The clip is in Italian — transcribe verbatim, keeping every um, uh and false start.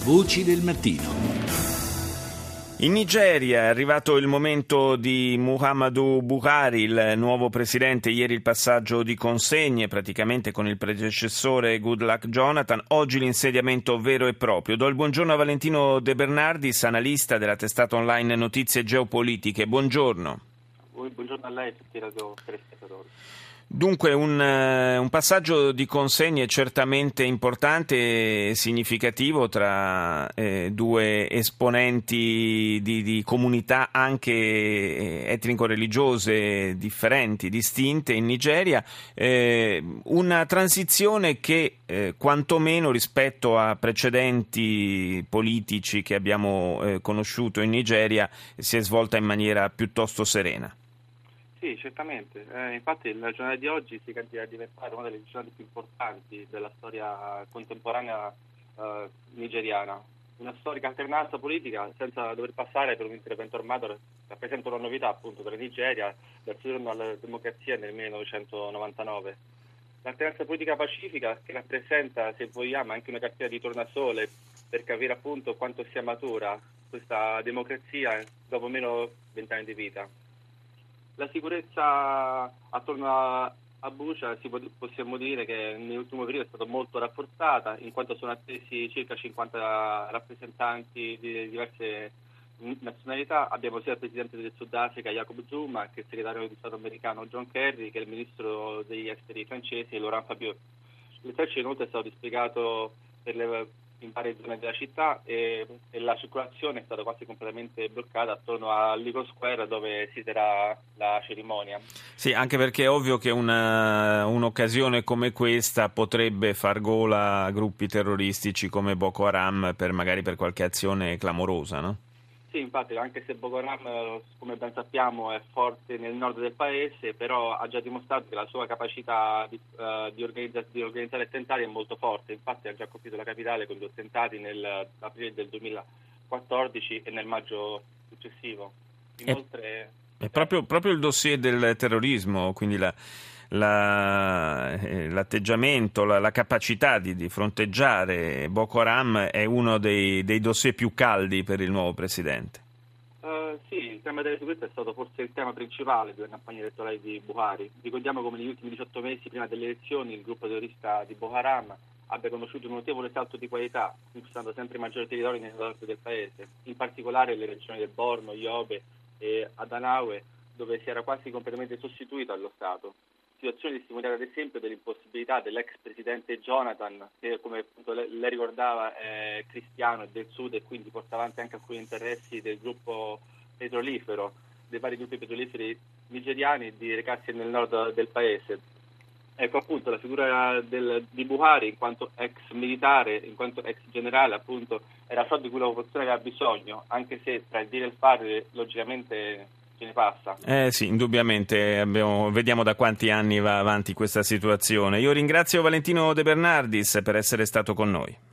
Voci del mattino. In Nigeria è arrivato il momento di Muhammadu Buhari, il nuovo presidente. Ieri il passaggio di consegne, praticamente con il predecessore Goodluck Jonathan. Oggi l'insediamento vero e proprio. Do il buongiorno a Valentino De Bernardis, analista della testata online Notizie Geopolitiche. Buongiorno. Buongiorno a lei e a tutti i telespettatori. Dunque un, un passaggio di consegne certamente importante e significativo tra eh, due esponenti di, di comunità anche etnico-religiose differenti, distinte in Nigeria, eh, una transizione che eh, quantomeno rispetto a precedenti politici che abbiamo eh, conosciuto in Nigeria si è svolta in maniera piuttosto serena. Sì, certamente. Eh, infatti la giornata di oggi si candida a diventare una delle giornate più importanti della storia contemporanea eh, nigeriana. Una storica alternanza politica senza dover passare per un intervento armato rappresenta una novità appunto per la Nigeria dal ritorno alla democrazia nel millenovecentonovantanove. L'alternanza politica pacifica che rappresenta, se vogliamo, anche una cartina di tornasole per capire appunto quanto sia matura questa democrazia dopo meno vent'anni di vita. La sicurezza attorno a Abuja si può, possiamo dire che nell'ultimo periodo è stata molto rafforzata, in quanto sono attesi circa cinquanta rappresentanti di diverse nazionalità. Abbiamo sia il presidente del Sudafrica Jacob Zuma che il segretario di Stato americano John Kerry, che è il ministro degli esteri francese Laurent Fabius. L'esercito inoltre è stato dispiegato per le in varie zone della città e, e la circolazione è stata quasi completamente bloccata attorno all'Eagle Square dove si terrà la cerimonia. Sì, anche perché è ovvio che una, un'occasione come questa potrebbe far gola a gruppi terroristici come Boko Haram per magari per qualche azione clamorosa, no? Sì, infatti, anche se Boko Haram, come ben sappiamo, è forte nel nord del paese, però ha già dimostrato che la sua capacità di, uh, di, organizza- di organizzare attentati è molto forte. Infatti ha già colpito la capitale con due attentati nell'aprile del duemilaquattordici e nel maggio successivo. Inoltre, è, è proprio, proprio il dossier del terrorismo, quindi la... La, eh, l'atteggiamento, la, la capacità di, di fronteggiare Boko Haram è uno dei, dei dossier più caldi per il nuovo presidente. Uh, sì, il tema della sicurezza è stato forse il tema principale della campagna elettorale di Buhari. Ricordiamo come negli ultimi diciotto mesi prima delle elezioni il gruppo terrorista di Boko Haram abbia conosciuto un notevole salto di qualità, conquistando sempre maggiori territori nel nord del paese, in particolare le regioni del Borno, Yobe e Adamawa, dove si era quasi completamente sostituito allo Stato. Situazione testimoniata ad esempio dell'impossibilità dell'ex presidente Jonathan, che come appunto lei, lei ricordava è cristiano e del sud e quindi porta avanti anche alcuni interessi del gruppo petrolifero, dei vari gruppi petroliferi nigeriani, di recarsi nel nord del paese. Ecco appunto la figura del, di Buhari in quanto ex militare, in quanto ex generale appunto era ciò di cui la popolazione aveva bisogno, anche se tra il dire e il fare logicamente ce ne passa. Eh sì, indubbiamente abbiamo, vediamo da quanti anni va avanti questa situazione. Io ringrazio Valentino De Bernardis per essere stato con noi.